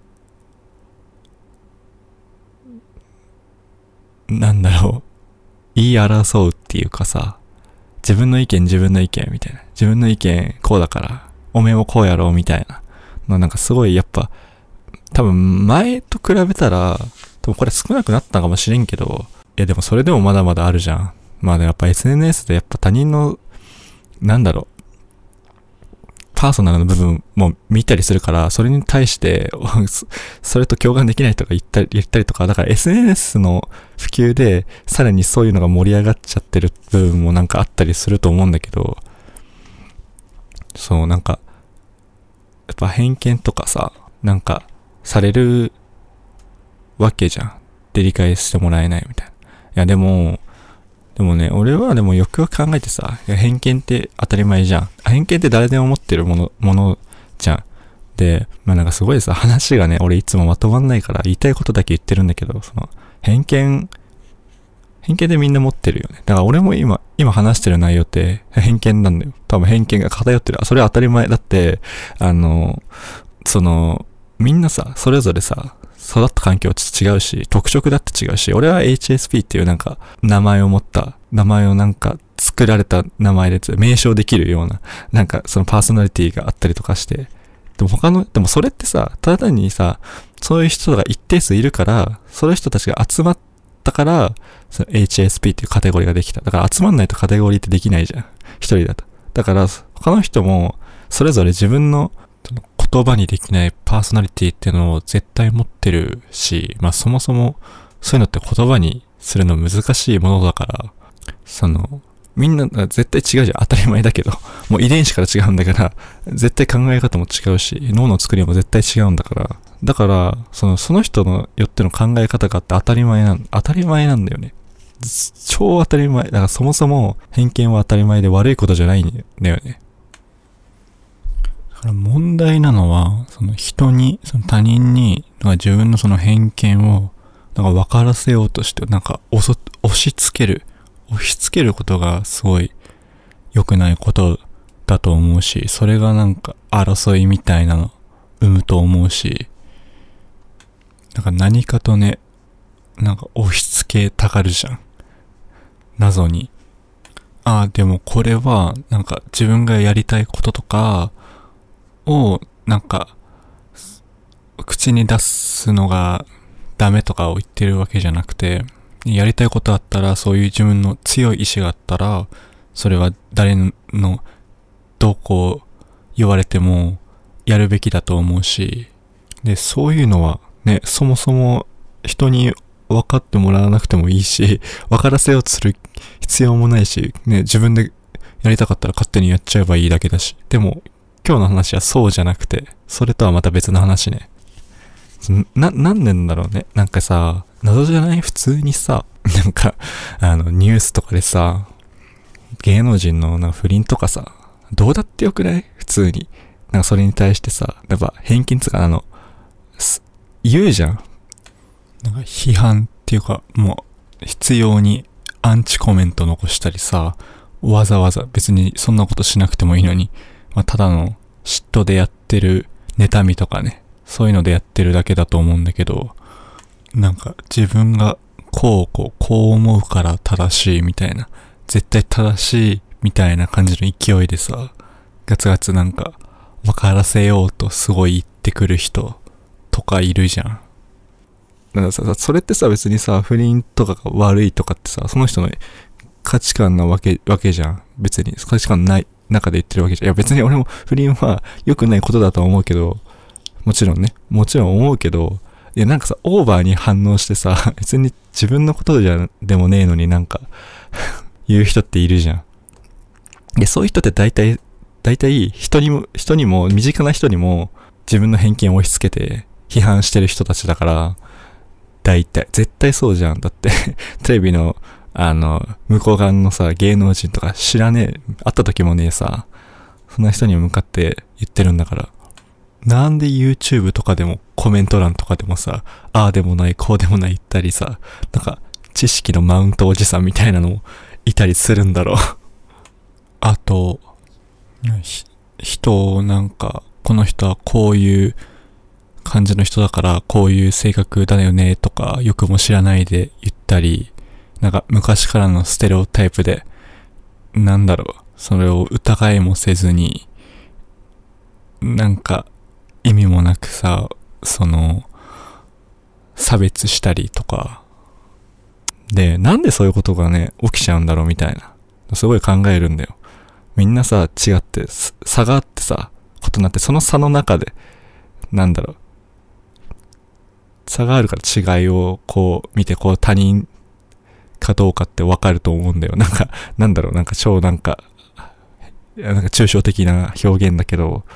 なんだろう、言い争うっていうかさ、自分の意見自分の意見みたいな。自分の意見こうだから、おめえもこうやろうみたいなのなんかすごいやっぱ、多分前と比べたら、多分これ少なくなったかもしれんけど、いやでもそれでもまだまだあるじゃん。まあやっぱ エスエヌエス でやっぱ他人の、なんだろう、 パーソナルな部分も見たりするから、それに対して、それと共感できない人が言ったり、言ったりとか、だから エスエヌエス の普及で、さらにそういうのが盛り上がっちゃってる部分もなんかあったりすると思うんだけど、そう、なんか、やっぱ偏見とかさ、なんか、されるわけじゃん。で理解してもらえないみたいな。いやでも、でもね、俺はでもよくよく考えてさ、いや偏見って当たり前じゃん。偏見って誰でも持ってるもの、ものじゃん。で、まあなんかすごいさ、話がね、俺いつもまとまんないから言いたいことだけ言ってるんだけど、その、偏見、偏見でみんな持ってるよね。だから俺も今、今話してる内容って偏見なんだよ。多分偏見が偏ってる。それは当たり前だって、あの、その、みんなさ、それぞれさ、育った環境はちょっと違うし、特色だって違うし、俺は エイチエスピー っていうなんか、名前を持った、名前をなんか作られた名前で名称できるような、なんかそのパーソナリティがあったりとかして、でも他の、でもそれってさ、ただ単にさ、そういう人が一定数いるから、そういう人たちが集まったから、その エイチエスピー っていうカテゴリーができた。だから集まんないとカテゴリーってできないじゃん。一人だと。だから他の人も、それぞれ自分の言葉にできないパーソナリティっていうのを絶対持ってるし、まあそもそもそういうのって言葉にするの難しいものだから、その、みんな絶対違うじゃん。当たり前だけど。もう遺伝子から違うんだから、絶対考え方も違うし、脳の作りも絶対違うんだから。だから、その、その人のよっての考え方があって当たり前なん、当たり前なんだよね。超当たり前。だからそもそも偏見は当たり前で悪いことじゃないんだよね。だから問題なのは、その人に、その他人に、自分のその偏見を、なんか分からせようとして、なんか押し付ける。押し付けることがすごい良くないことだと思うし、それがなんか争いみたいなの生むと思うし、なんか何かとね、なんか押し付けたがるじゃん。謎に。ああ、でもこれはなんか自分がやりたいこととかをなんか口に出すのがダメとかを言ってるわけじゃなくて、やりたいことあったら、そういう自分の強い意志があったら、それは誰のどうこう言われてもやるべきだと思うし、で、そういうのはね、そもそも人に分かってもらわなくてもいいし、分からせようとする必要もないし、ね、自分でやりたかったら勝手にやっちゃえばいいだけだし。でも、今日の話はそうじゃなくて、それとはまた別の話ね。な、なんでんだろうね。なんかさ、謎じゃない？普通にさ、なんか、あの、ニュースとかでさ、芸能人のなんか不倫とかさ、どうだってよくない？普通に。なんかそれに対してさ、やっぱ偏見つか、あの、言うじゃん。なんか批判っていうか、もう、必要にアンチコメント残したりさ、わざわざ別にそんなことしなくてもいいのに、まあ、ただの嫉妬でやってる妬みとかね、そういうのでやってるだけだと思うんだけど、なんか自分がこうこうこう思うから正しいみたいな、絶対正しいみたいな感じの勢いでさ、ガツガツなんか分からせようとすごい言ってくる人とかいるじゃん。だからさ、それってさ、別にさ、不倫とかが悪いとかってさ、その人の価値観なわけわけじゃん。別に価値観ない中で言ってるわけじゃん。いや別に俺も不倫は良くないことだとは思うけど、もちろんね、もちろん思うけど、いやなんかさ、オーバーに反応してさ、別に自分のことじゃでもねえのになんか言う人っているじゃん。いやそういう人って大体大体人にも人にも身近な人にも自分の偏見を押し付けて批判してる人たちだから、大体絶対そうじゃん。だってテレビのあの向こう側のさ芸能人とか知らねえ、会った時もねえさ、そんな人に向かって言ってるんだから。なんで YouTube とかでもコメント欄とかでもさ、ああでもないこうでもない言ったりさ、なんか知識のマウントおじさんみたいなのもいたりするんだろうあと人をなんかこの人はこういう感じの人だからこういう性格だよねとかよくも知らないで言ったり、なんか昔からのステレオタイプでなんだろう、それを疑いもせずになんか意味もなくさ、その差別したりとかで、なんでそういうことがね起きちゃうんだろうみたいな、すごい考えるんだよ。みんなさ違って差があってさ、 ことになって、その差の中で、なんだろう、差があるから違いをこう見て、こう他人かどうかってわかると思うんだよ。なんか、なんだろう、なんか超なんか、なんか抽象的な表現だけど、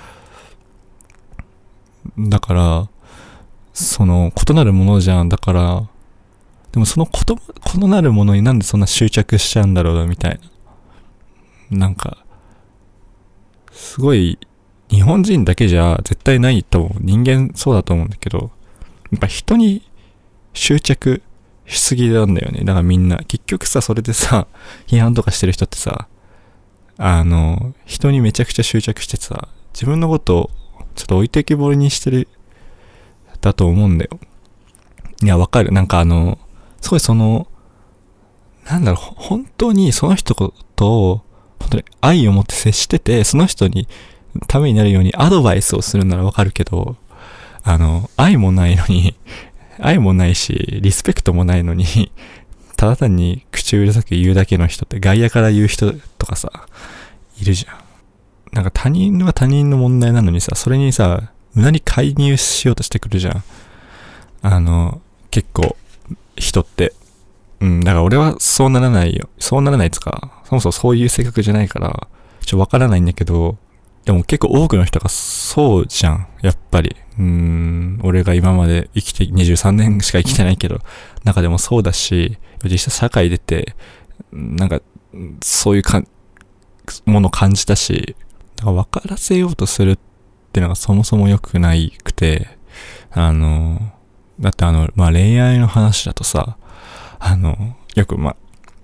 だから、その異なるものじゃん。だから、でもそのこと異なるものになんでそんな執着しちゃうんだろうみたいな。なんか、すごい、日本人だけじゃ絶対ないと思う。人間そうだと思うんだけど、やっぱ人に執着しすぎなんだよね。だからみんな、結局さ、それでさ、批判とかしてる人ってさ、あの、人にめちゃくちゃ執着してさ、自分のことをちょっと置いてきぼりにしてる、だと思うんだよ。いや、わかる。なんかあの、すごいその、なんだろう、本当にその人と、本当に愛を持って接してて、その人にためになるようにアドバイスをするならわかるけど、あの、愛もないのに、愛もないし、リスペクトもないのに、ただ単に口うるさく言うだけの人って、外野から言う人とかさ、いるじゃん。なんか他人は他人の問題なのにさ、それにさ、無駄に介入しようとしてくるじゃん。あの、結構、人って。うん、だから俺はそうならないよ。そうならないっつか、そもそもそういう性格じゃないから、ちょっとわからないんだけど、でも結構多くの人がそうじゃん。やっぱり。うーん、俺が今まで生きて、にじゅうさんねんしか生きてないけど、中でもそうだし、実際社会出て、なんか、そういうかもの感じたし、だから分からせようとするってのがそもそも良くないくて、あの、だってあの、まあ、恋愛の話だとさ、あの、よくま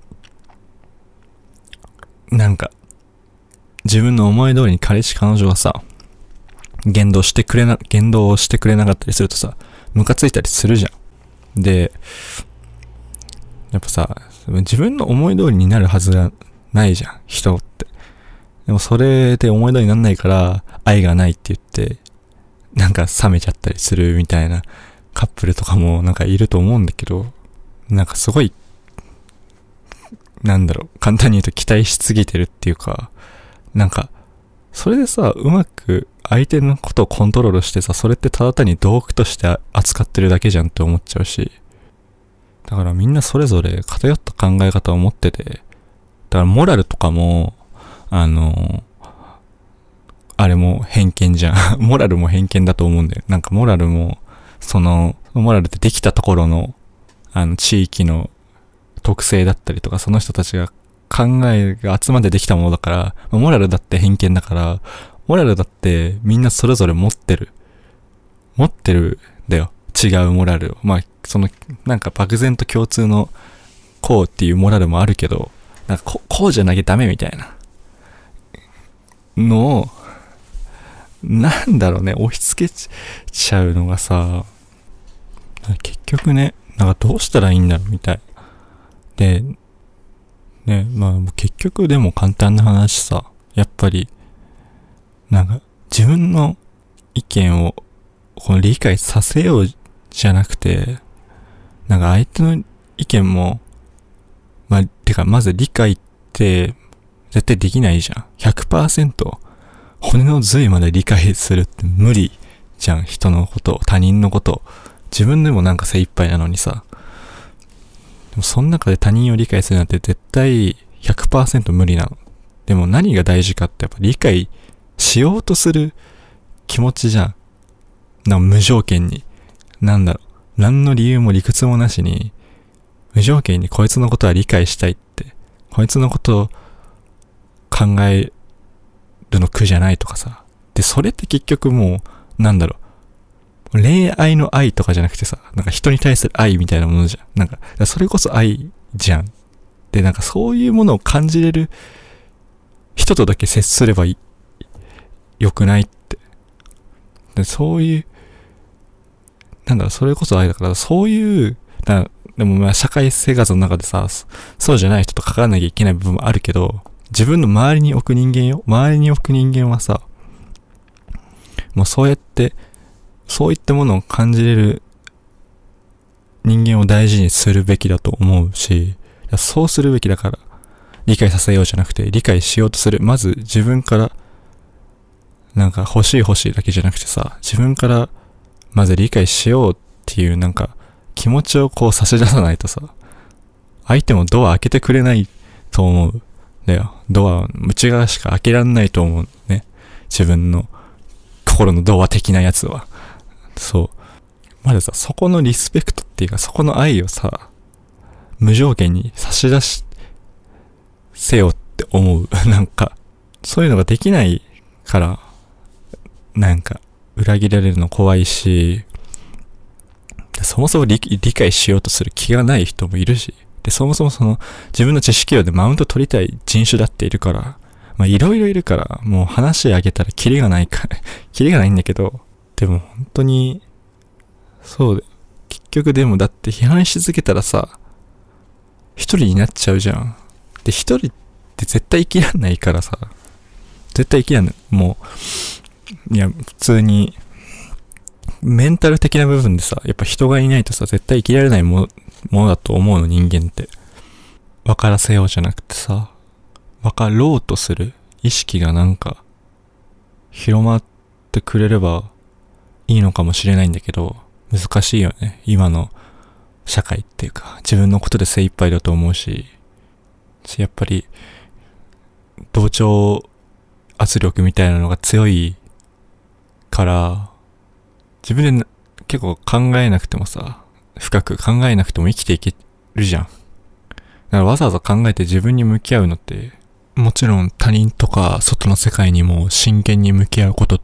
あ、なんか、自分の思い通りに彼氏彼女がさ、言動してくれな、言動をしてくれなかったりするとさ、ムカついたりするじゃん。で、やっぱさ、自分の思い通りになるはずがないじゃん、人って。でもそれで思い通りにならないから、愛がないって言って、なんか冷めちゃったりするみたいなカップルとかもなんかいると思うんだけど、なんかすごい、なんだろう、簡単に言うと期待しすぎてるっていうか、なんか、それでさ、うまく相手のことをコントロールしてさ、それってただ単に道具として扱ってるだけじゃんって思っちゃうし、だからみんなそれぞれ偏った考え方を持ってて、だからモラルとかも、あの、あれも偏見じゃん。モラルも偏見だと思うんだよ。なんかモラルも、その、モラルってできたところの、あの、地域の特性だったりとか、その人たちが考えが集まってできたものだから、モラルだって偏見だから、モラルだってみんなそれぞれ持ってる。持ってるんだよ。違うモラルを。まあ、その、なんか漠然と共通のこうっていうモラルもあるけど、なんかここうじゃなきゃダメみたいなのを、なんだろうね、押し付けちゃうのがさ、結局ね、なんかどうしたらいいんだろうみたい。で、ね、まあ結局でも簡単な話さ、やっぱり、なんか自分の意見をこの理解させようじゃなくて、なんか相手の意見も、まあ、てかまず理解って絶対できないじゃん。ひゃくパーセント 骨の髄まで理解するって無理じゃん。人のこと、他人のこと。自分でもなんか精一杯なのにさ。でもその中で他人を理解するなんて絶対 ひゃくパーセント 無理なの。でも何が大事かってやっぱ理解しようとする気持ちじゃん。なんか無条件に。なんだろう。何の理由も理屈もなしに、無条件にこいつのことは理解したいって、こいつのことを考えるの苦じゃないとかさ。で、それって結局もう、なんだろう。恋愛の愛とかじゃなくてさ、なんか人に対する愛みたいなものじゃん。なんか、それこそ愛じゃん。で、なんかそういうものを感じれる人とだけ接すればいい。良くないって。で、そういう、なんだろう、それこそ愛だから、そういう、だでもまあ社会生活の中でさ、そうじゃない人と関わらなきゃいけない部分もあるけど、自分の周りに置く人間よ。周りに置く人間はさ、もうそうやって、そういったものを感じれる人間を大事にするべきだと思うし、そうするべきだから、理解させようじゃなくて、理解しようとする。まず自分から、 なんか欲しい欲しいだけじゃなくてさ、自分からまず理解しようっていうなんか気持ちをこう差し出さないとさ、相手もドア開けてくれないと思う。だよ。ドア、内側しか開けらんないと思うね。自分の心のドア的なやつは。そう。まださ、そこのリスペクトっていうか、そこの愛をさ、無条件に差し出し、せよって思う。なんか、そういうのができないから、なんか、裏切られるの怖いし、そもそも 理, 理解しようとする気がない人もいるし、で、そもそもその、自分の知識量でマウント取りたい人種だっているから、まあ、いろいろいるから、もう話あげたらキリがないか、キリがないんだけど、でも本当に、そうで、結局でもだって批判し続けたらさ、一人になっちゃうじゃん。で、一人って絶対生きらんないからさ、絶対生きらんない。もう、いや、普通に、メンタル的な部分でさ、やっぱ人がいないとさ、絶対生きられないもの、ものだと思うの、人間って。分からせようじゃなくてさ、分かろうとする意識がなんか、広まってくれればいいのかもしれないんだけど、難しいよね。今の社会っていうか、自分のことで精一杯だと思うし、やっぱり、同調圧力みたいなのが強いから、自分で結構考えなくてもさ、深く考えなくても生きていけるじゃん。だからわざわざ考えて自分に向き合うのって、もちろん他人とか外の世界にも真剣に向き合うことって、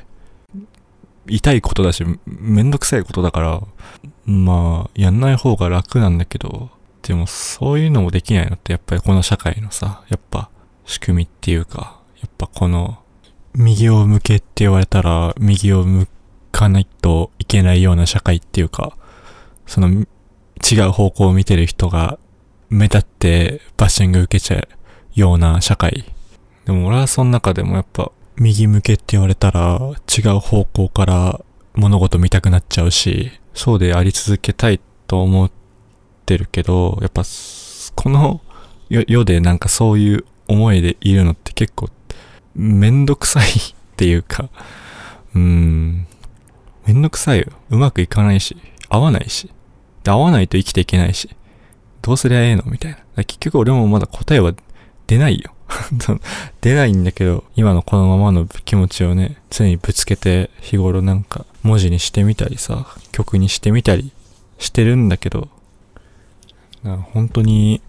痛いことだし、めんどくさいことだから、まあ、やんない方が楽なんだけど、でもそういうのもできないのってやっぱりこの社会のさ、やっぱ仕組みっていうか、やっぱこの、右を向けって言われたら、右を向かないといけないような社会っていうか、その違う方向を見てる人が目立ってバッシング受けちゃうような社会。でも俺はその中でもやっぱ右向けって言われたら違う方向から物事見たくなっちゃうし、そうであり続けたいと思ってるけど、やっぱこの世でなんかそういう思いでいるのって結構めんどくさいっていうか、うーん、めんどくさいよ。うまくいかないし、合わないし。で、合わないと生きていけないし。どうすりゃええのみたいな。結局俺もまだ答えは出ないよ。出ないんだけど、今のこのままの気持ちをね、常にぶつけて日頃なんか文字にしてみたりさ、曲にしてみたりしてるんだけど、なんか本当に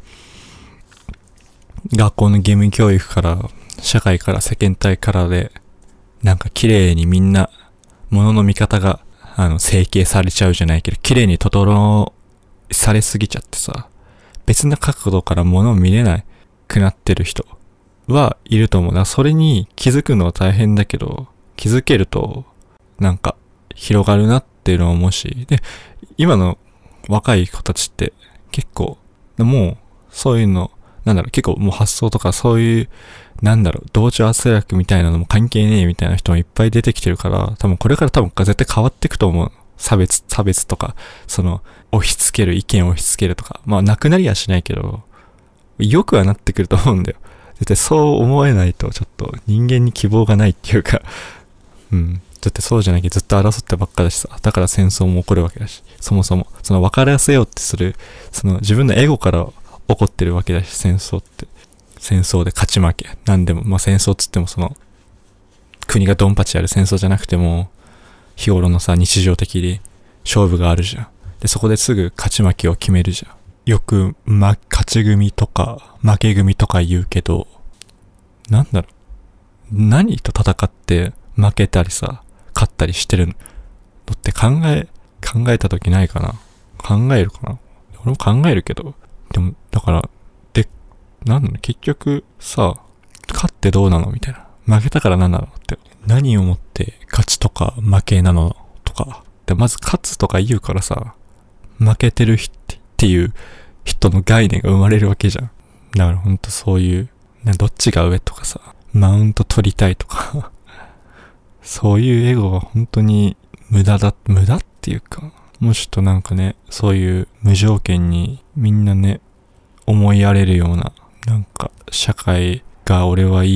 学校の義務教育から、社会から世間体からで、なんか綺麗にみんな、物の見方が、あの、整形されちゃうじゃないけど、綺麗に整されすぎちゃってさ、別な角度から物を見れなくなってる人はいると思う。だからそれに気づくのは大変だけど、気づけると、なんか、広がるなっていうのを思うし、で、今の若い子たちって結構、もう、そういうの、なんだろう、結構もう発想とかそういう、なんだろう、同調圧力みたいなのも関係ねえみたいな人もいっぱい出てきてるから、多分これから多分絶対変わっていくと思う。差別、差別とか、その、押し付ける、意見を押し付けるとか。まあ、なくなりはしないけど、よくはなってくると思うんだよ。絶対そう思えないと、ちょっと人間に希望がないっていうか、うん。だってそうじゃなきゃずっと争ってばっかだしさ。だから戦争も起こるわけだし、そもそも。その分からせようってする、その自分のエゴから起こってるわけだし、戦争って。戦争で勝ち負け。なんでも、まあ戦争つってもその、国がドンパチやる戦争じゃなくても、日頃のさ、日常的に勝負があるじゃん。で、そこですぐ勝ち負けを決めるじゃん。よく、ま、勝ち組とか、負け組とか言うけど、なんだろう。何と戦って負けたりさ、勝ったりしてるのって考え、考えた時ないかな。考えるかな。俺も考えるけど、でも、だから、で、なんだろう、結局さ、勝ってどうなのみたいな。負けたから何なのって。何をもって勝ちとか負けなのとか。で、まず勝つとか言うからさ、負けてる人っていう人の概念が生まれるわけじゃん。だからほんとそういう、ね、どっちが上とかさ、マウント取りたいとか、そういうエゴは本当に無駄だ、無駄っていうか、もうちょっとなんかね、そういう無条件にみんなね、思いやれるような、なんか社会が俺はいいなっ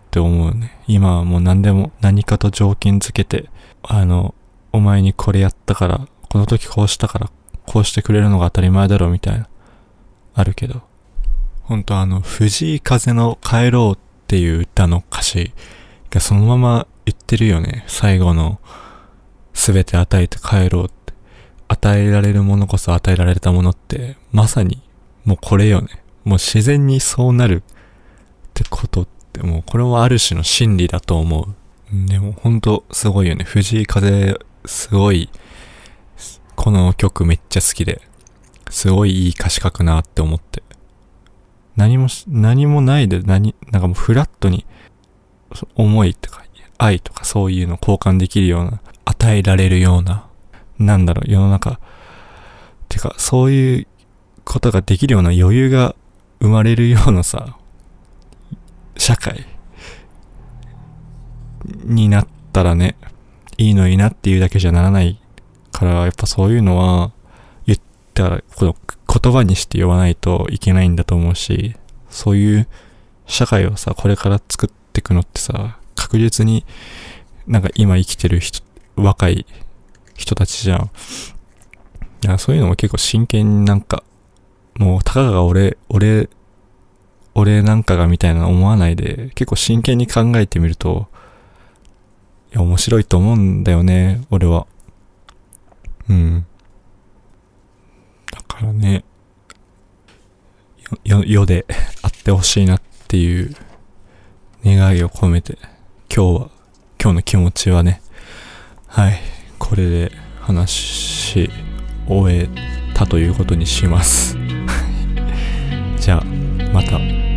って思うね。今はもう何でも何かと条件付けて、あの、お前にこれやったから、この時こうしたから、こうしてくれるのが当たり前だろみたいな、あるけど。ほんとあの、藤井風の帰ろうっていう歌の歌詞がそのまま言ってるよね。最後の、すべて与えて帰ろうって。与えられるものこそ与えられたものって、まさに、もうこれよね。もう自然にそうなるってことって、もうこれもある種の真理だと思う。でもほんとすごいよね。藤井風、すごい、この曲めっちゃ好きで、すごいいい歌詞書くなって思って。何も、何もないで、何、なんかもうフラットに、思いとか、愛とかそういうの交換できるような、与えられるような、なんだろう、世の中、てか、そういうことができるような余裕が生まれるようなさ、社会になったらね、いいのになっていうだけじゃならないから、やっぱそういうのは言ったら、この言葉にして言わないといけないんだと思うし、そういう社会をさ、これから作っていくのってさ、確実になんか今生きてる人、若い人たちじゃん。だからそういうのも結構真剣になんか、もうたかが俺、俺、俺なんかがみたいな思わないで、結構真剣に考えてみると、いや面白いと思うんだよね、俺は。うん。だからね、よ、世であってほしいなっていう願いを込めて、今日は、今日の気持ちはね、はい、これで話し終えたということにします。じゃあ、また。